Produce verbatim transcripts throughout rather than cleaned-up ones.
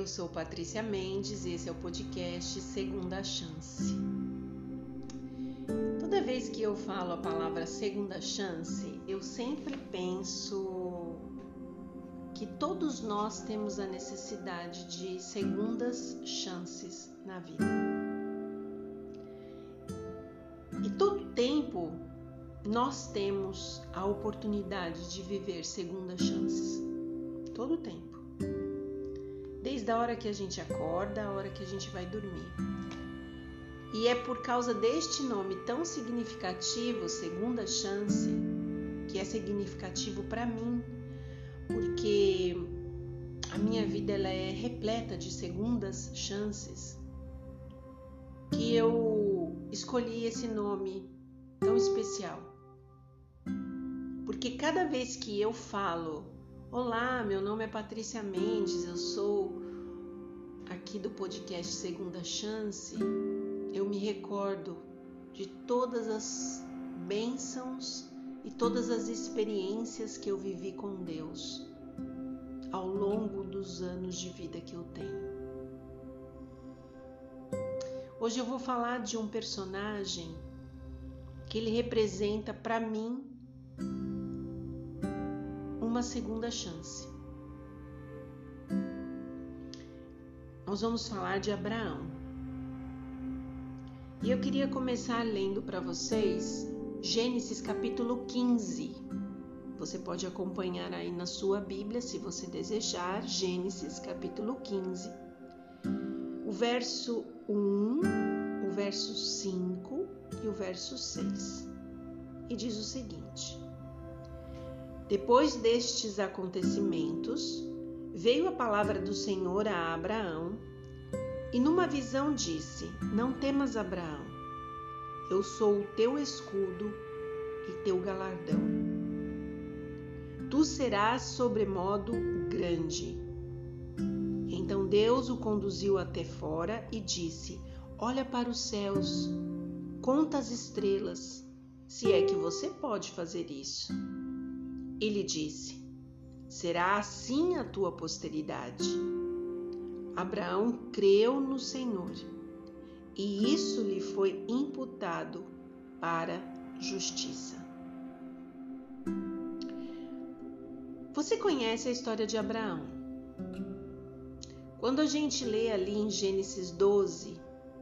Eu sou Patrícia Mendes e esse é o podcast Segunda Chance. Toda vez que eu falo a palavra segunda chance, eu sempre penso que todos nós temos a necessidade de segundas chances na vida. E todo tempo nós temos a oportunidade de viver segundas chances. Todo tempo. Desde a hora que a gente acorda, a hora que a gente vai dormir. E é por causa deste nome tão significativo, segunda chance, que é significativo para mim, porque a minha vida ela é repleta de segundas chances, que eu escolhi esse nome tão especial. Porque cada vez que eu falo, olá, meu nome é Patrícia Mendes, eu sou aqui do podcast Segunda Chance, eu me recordo de todas as bênçãos e todas as experiências que eu vivi com Deus ao longo dos anos de vida que eu tenho. Hoje eu vou falar de um personagem que ele representa para mim uma segunda chance. Nós vamos falar de Abraão. E eu queria começar lendo para vocês Gênesis capítulo quinze. Você pode acompanhar aí na sua Bíblia, se você desejar, Gênesis capítulo quinze. O verso um, o verso cinco e o verso seis. E diz o seguinte: Depois destes acontecimentos, veio a palavra do Senhor a Abraão, e numa visão disse: Não temas, Abraão, eu sou o teu escudo e teu galardão. Tu serás sobremodo grande. Então Deus o conduziu até fora e disse: Olha para os céus, conta as estrelas, se é que você pode fazer isso. Ele disse: Será assim a tua posteridade. Abraão creu no Senhor, e isso lhe foi imputado para justiça. Você conhece a história de Abraão? Quando a gente lê ali em Gênesis doze,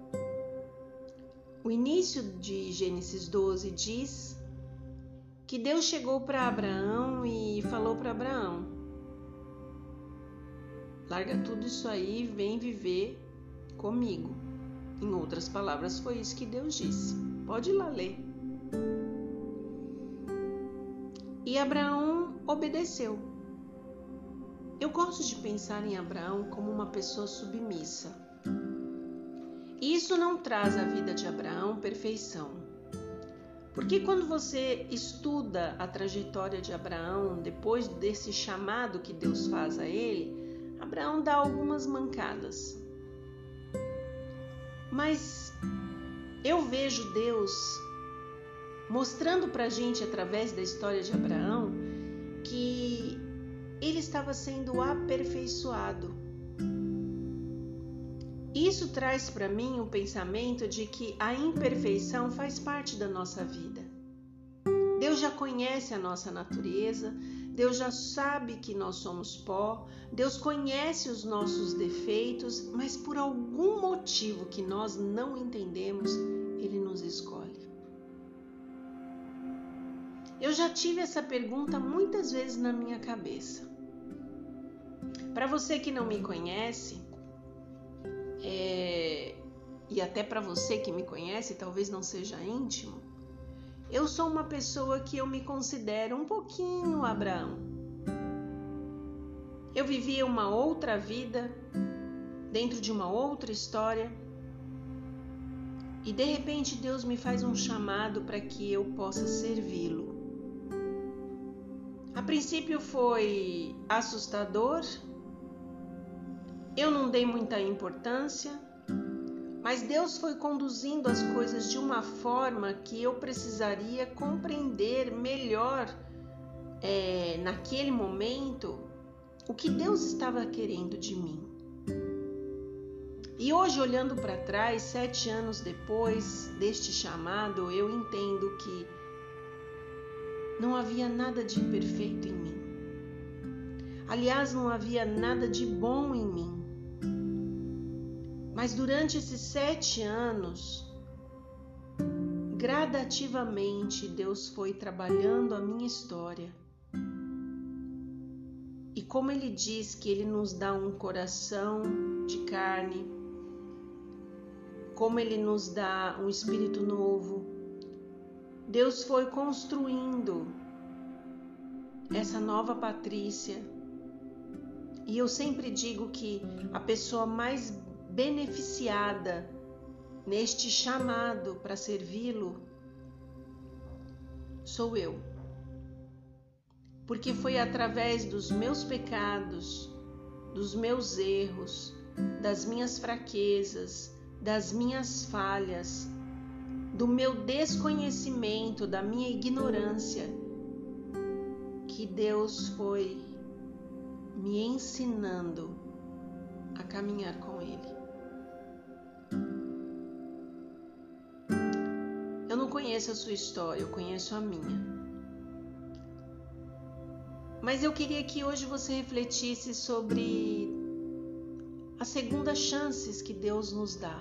o início de Gênesis doze diz que Deus chegou para Abraão e falou para Abraão: larga tudo isso aí, vem viver comigo. Em outras palavras, foi isso que Deus disse. Pode ir lá ler. E Abraão obedeceu. Eu gosto de pensar em Abraão como uma pessoa submissa. E isso não traz à vida de Abraão perfeição. Porque quando você estuda a trajetória de Abraão, depois desse chamado que Deus faz a ele, Abraão dá algumas mancadas. Mas eu vejo Deus mostrando pra gente, através da história de Abraão, que ele estava sendo aperfeiçoado. Isso traz para mim o pensamento de que a imperfeição faz parte da nossa vida. Deus já conhece a nossa natureza, Deus já sabe que nós somos pó, Deus conhece os nossos defeitos, mas por algum motivo que nós não entendemos, Ele nos escolhe. Eu já tive essa pergunta muitas vezes na minha cabeça. Para você que não me conhece, É, e até para você que me conhece, talvez não seja íntimo, eu sou uma pessoa que eu me considero um pouquinho Abraão. Eu vivia uma outra vida, dentro de uma outra história, e de repente Deus me faz um chamado para que eu possa servi-lo. A princípio foi assustador. Eu não dei muita importância, mas Deus foi conduzindo as coisas de uma forma que eu precisaria compreender melhor é, naquele momento o que Deus estava querendo de mim. E hoje, olhando para trás, sete anos depois deste chamado, eu entendo que não havia nada de imperfeito em mim. Aliás, não havia nada de bom em mim. Mas durante esses sete anos, gradativamente, Deus foi trabalhando a minha história. E como Ele diz que Ele nos dá um coração de carne, como Ele nos dá um espírito novo, Deus foi construindo essa nova Patrícia. E eu sempre digo que a pessoa mais beneficiada neste chamado para servi-lo sou eu. Porque foi através dos meus pecados, dos meus erros, das minhas fraquezas, das minhas falhas, do meu desconhecimento, da minha ignorância, que Deus foi me ensinando a caminhar com Ele. Eu não conheço a sua história, eu conheço a minha. Mas eu queria que hoje você refletisse sobre as segundas chances que Deus nos dá.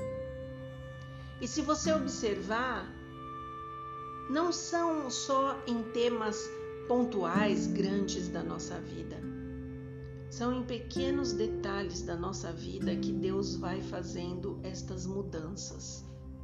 E se você observar, não são só em temas pontuais, grandes da nossa vida. São em pequenos detalhes da nossa vida que Deus vai fazendo estas mudanças.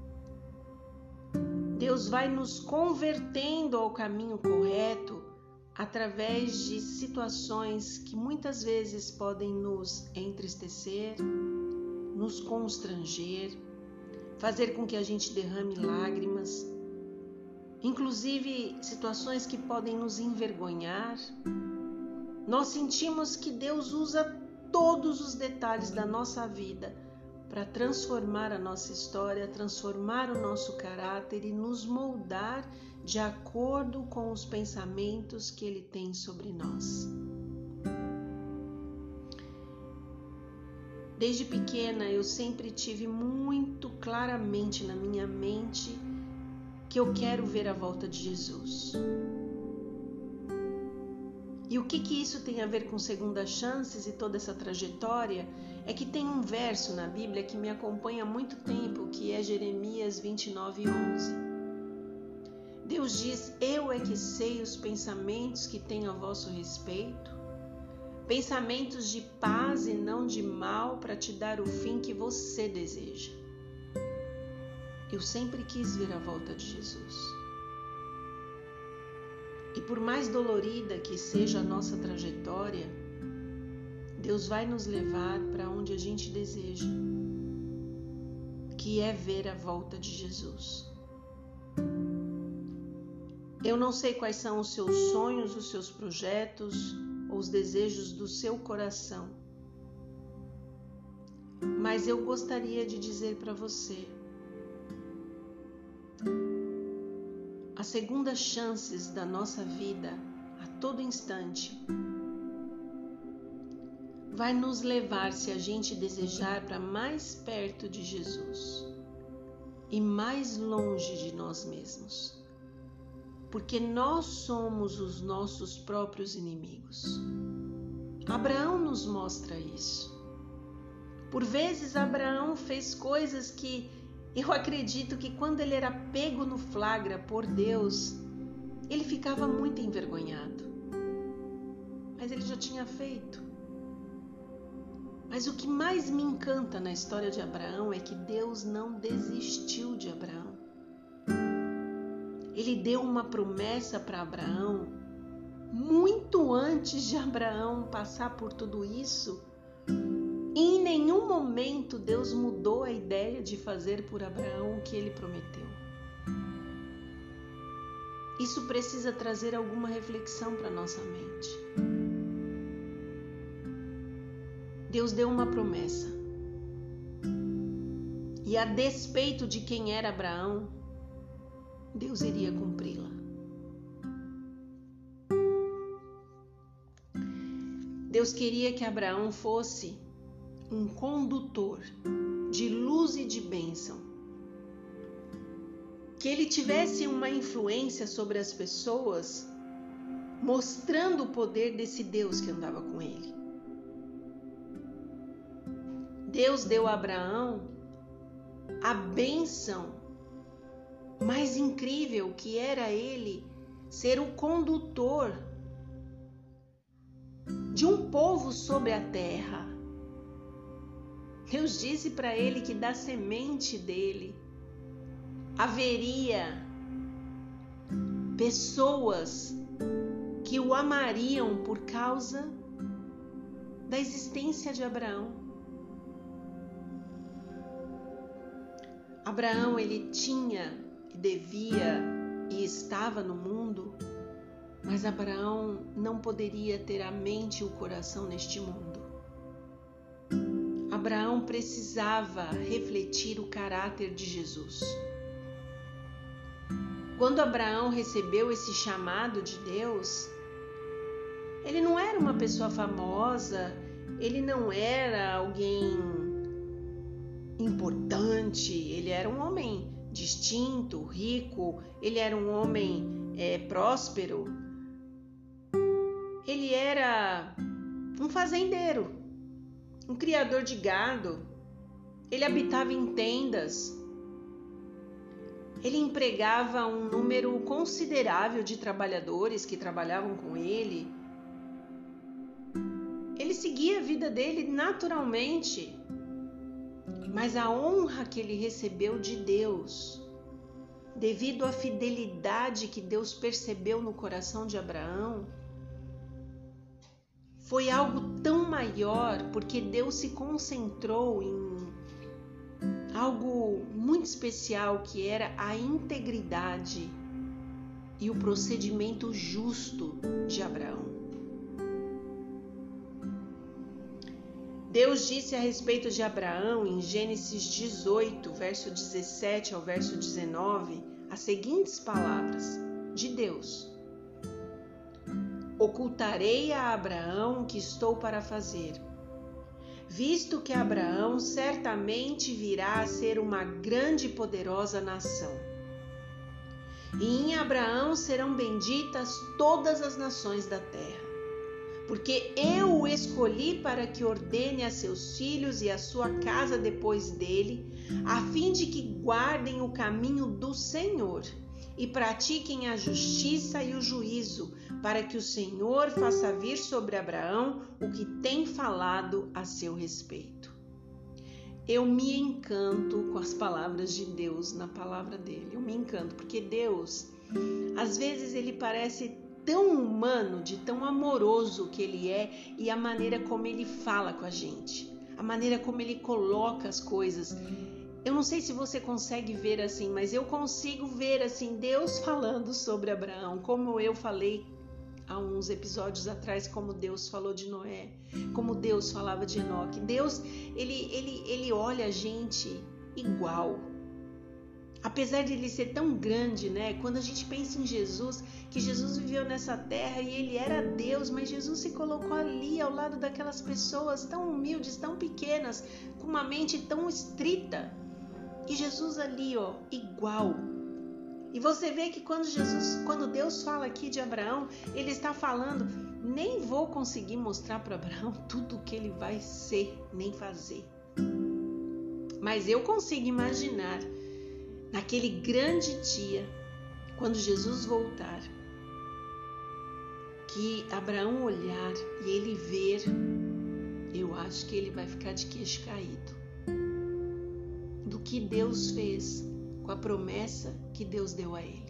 Deus vai nos convertendo ao caminho correto através de situações que muitas vezes podem nos entristecer, nos constranger, fazer com que a gente derrame lágrimas, inclusive situações que podem nos envergonhar. Nós sentimos que Deus usa todos os detalhes da nossa vida para transformar a nossa história, transformar o nosso caráter e nos moldar de acordo com os pensamentos que Ele tem sobre nós. Desde pequena eu sempre tive muito claramente na minha mente que eu quero ver a volta de Jesus. E o que que isso tem a ver com segundas chances e toda essa trajetória? É que tem um verso na Bíblia que me acompanha há muito tempo, que é Jeremias vinte e nove, onze. Deus diz: eu é que sei os pensamentos que tenho a vosso respeito, pensamentos de paz e não de mal, para te dar o fim que você deseja. Eu sempre quis ver a volta de Jesus. E por mais dolorida que seja a nossa trajetória, Deus vai nos levar para onde a gente deseja, que é ver a volta de Jesus. Eu não sei quais são os seus sonhos, os seus projetos ou os desejos do seu coração, mas eu gostaria de dizer para você: as segundas chances da nossa vida, a todo instante, vai nos levar, se a gente desejar, para mais perto de Jesus e mais longe de nós mesmos, porque nós somos os nossos próprios inimigos. Abraão nos mostra isso. Por vezes, Abraão fez coisas que eu acredito que quando ele era pego no flagra por Deus, ele ficava muito envergonhado. Mas ele já tinha feito. Mas o que mais me encanta na história de Abraão é que Deus não desistiu de Abraão. Ele deu uma promessa para Abraão muito antes de Abraão passar por tudo isso. E em nenhum momento Deus mudou a ideia de fazer por Abraão o que ele prometeu. Isso precisa trazer alguma reflexão para nossa mente. Deus deu uma promessa. E a despeito de quem era Abraão, Deus iria cumpri-la. Deus queria que Abraão fosse um condutor de luz e de bênção. Que ele tivesse uma influência sobre as pessoas, mostrando o poder desse Deus que andava com ele. Deus deu a Abraão a bênção mais incrível, que era ele ser o condutor de um povo sobre a terra. Deus disse para ele que da semente dele haveria pessoas que o amariam por causa da existência de Abraão. Abraão, ele tinha e devia e estava no mundo, mas Abraão não poderia ter a mente e o coração neste mundo. Abraão precisava refletir o caráter de Jesus. Quando Abraão recebeu esse chamado de Deus, ele não era uma pessoa famosa, ele não era alguém importante, ele era um homem distinto, rico, ele era um homem é, próspero, ele era um fazendeiro, um criador de gado, ele habitava em tendas, ele empregava um número considerável de trabalhadores que trabalhavam com ele, ele seguia a vida dele naturalmente. Mas a honra que ele recebeu de Deus, devido à fidelidade que Deus percebeu no coração de Abraão, foi algo tão maior, porque Deus se concentrou em algo muito especial, que era a integridade e o procedimento justo de Abraão. Deus disse a respeito de Abraão em Gênesis dezoito, verso dezessete ao verso dezenove, as seguintes palavras de Deus: ocultarei a Abraão o que estou para fazer, visto que Abraão certamente virá a ser uma grande e poderosa nação. E em Abraão serão benditas todas as nações da terra. Porque eu o escolhi para que ordene a seus filhos e a sua casa depois dele, a fim de que guardem o caminho do Senhor e pratiquem a justiça e o juízo, para que o Senhor faça vir sobre Abraão o que tem falado a seu respeito. Eu me encanto com as palavras de Deus na palavra dele. Eu me encanto, porque Deus, às vezes, ele parece tão humano, de tão amoroso que ele é, e a maneira como ele fala com a gente, a maneira como ele coloca as coisas. Eu não sei se você consegue ver assim, mas eu consigo ver assim, Deus falando sobre Abraão, como eu falei há uns episódios atrás, como Deus falou de Noé, como Deus falava de Enoque. Deus, ele, ele, ele olha a gente igual. Apesar de ele ser tão grande, né? Quando a gente pensa em Jesus, que Jesus viveu nessa terra e ele era Deus, mas Jesus se colocou ali ao lado daquelas pessoas tão humildes, tão pequenas, com uma mente tão estrita. E Jesus ali, ó, igual. E você vê que quando Jesus, quando Deus fala aqui de Abraão, ele está falando, nem vou conseguir mostrar para Abraão tudo o que ele vai ser, nem fazer. Mas eu consigo imaginar, naquele grande dia, quando Jesus voltar, que Abraão olhar e ele ver, eu acho que ele vai ficar de queixo caído do que Deus fez com a promessa que Deus deu a ele.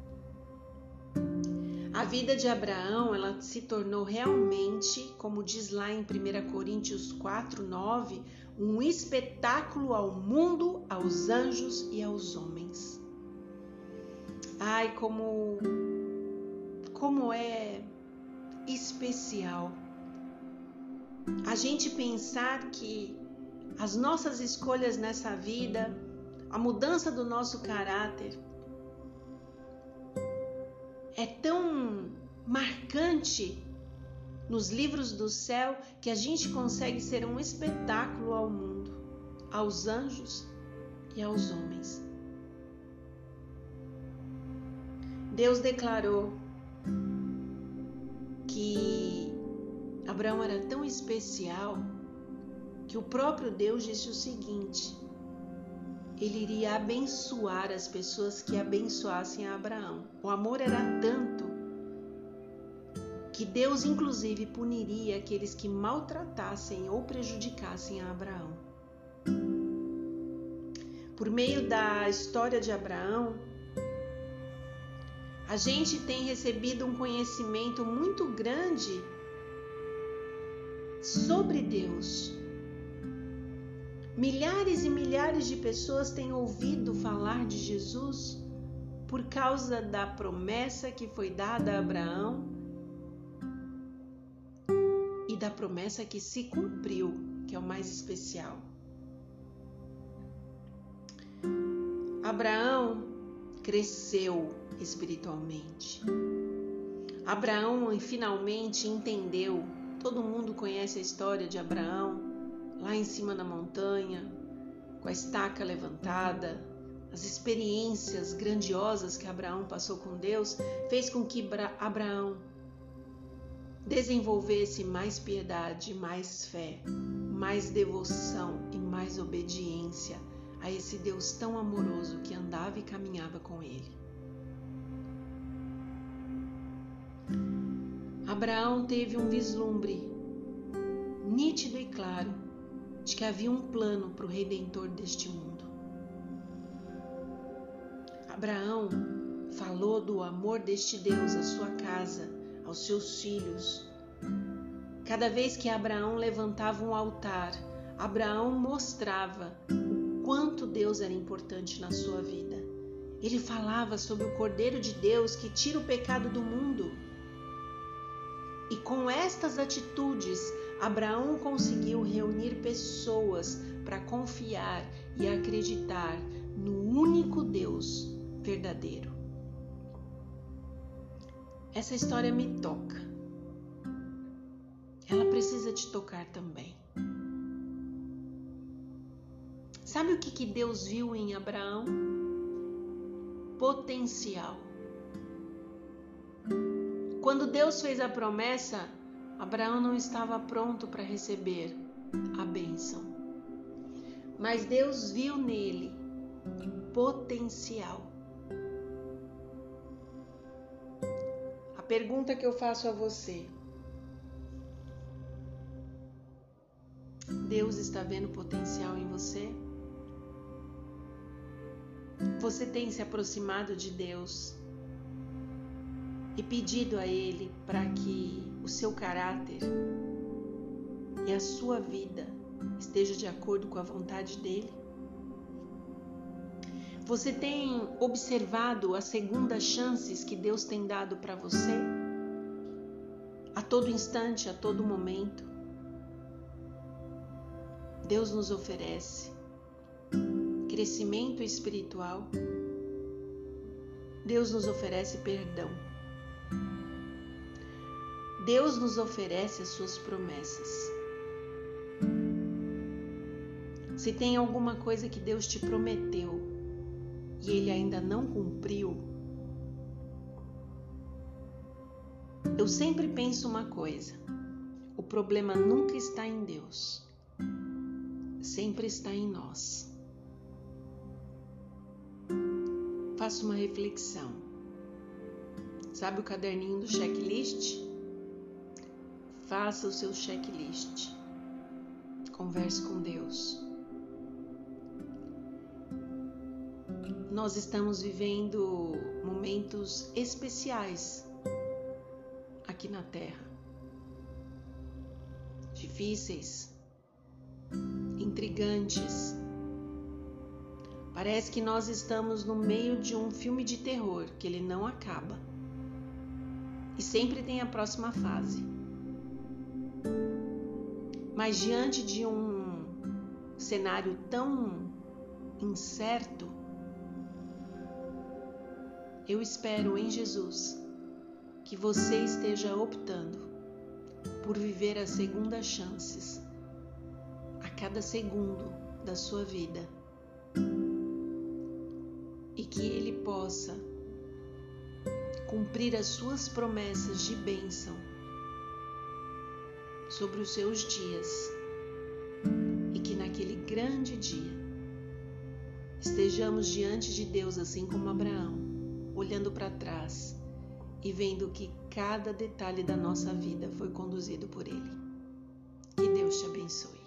A vida de Abraão, ela se tornou realmente, como diz lá em primeira Coríntios quatro, nove, um espetáculo ao mundo, aos anjos e aos homens. Ai, como, como é especial a gente pensar que as nossas escolhas nessa vida, a mudança do nosso caráter, é tão marcante nos livros do céu que a gente consegue ser um espetáculo ao mundo, aos anjos e aos homens. Deus declarou que Abraão era tão especial que o próprio Deus disse o seguinte: ele iria abençoar as pessoas que abençoassem a Abraão. O amor era tanto que Deus inclusive puniria aqueles que maltratassem ou prejudicassem a Abraão. Por meio da história de Abraão, a gente tem recebido um conhecimento muito grande sobre Deus. Milhares e milhares de pessoas têm ouvido falar de Jesus por causa da promessa que foi dada a Abraão e da promessa que se cumpriu, que é o mais especial. Abraão cresceu espiritualmente. Abraão finalmente entendeu. Todo mundo conhece a história de Abraão, lá em cima na montanha, com a estaca levantada. As experiências grandiosas que Abraão passou com Deus fez com que Abraão desenvolvesse mais piedade, mais fé, mais devoção e mais obediência a esse Deus tão amoroso que andava e caminhava com ele. Abraão teve um vislumbre nítido e claro de que havia um plano para o Redentor deste mundo. Abraão falou do amor deste Deus à sua casa, aos seus filhos. Cada vez que Abraão levantava um altar, Abraão mostrava o quanto Deus era importante na sua vida. Ele falava sobre o Cordeiro de Deus que tira o pecado do mundo. E com estas atitudes, Abraão conseguiu reunir pessoas para confiar e acreditar no único Deus verdadeiro. Essa história me toca. Ela precisa te tocar também. Sabe o que, que Deus viu em Abraão? Potencial. Quando Deus fez a promessa, Abraão não estava pronto para receber a bênção. Mas Deus viu nele potencial. A pergunta que eu faço a você: Deus está vendo potencial em você? Você tem se aproximado de Deus e pedido a Ele para que o seu caráter e a sua vida esteja de acordo com a vontade dEle? Você tem observado as segundas chances que Deus tem dado para você? A todo instante, a todo momento. Deus nos oferece crescimento espiritual. Deus nos oferece perdão. Deus nos oferece as suas promessas. Se tem alguma coisa que Deus te prometeu e Ele ainda não cumpriu, eu sempre penso uma coisa: o problema nunca está em Deus, sempre está em nós. Faça uma reflexão. Sabe o caderninho do checklist? Faça o seu checklist. Converse com Deus. Nós estamos vivendo momentos especiais aqui na Terra. Difíceis, intrigantes. Parece que nós estamos no meio de um filme de terror que ele não acaba. E sempre tem a próxima fase. Mas diante de um cenário tão incerto, eu espero em Jesus que você esteja optando por viver as segundas chances a cada segundo da sua vida e que Ele possa cumprir as suas promessas de bênção sobre os seus dias e que naquele grande dia estejamos diante de Deus assim como Abraão, olhando para trás e vendo que cada detalhe da nossa vida foi conduzido por Ele. Que Deus te abençoe.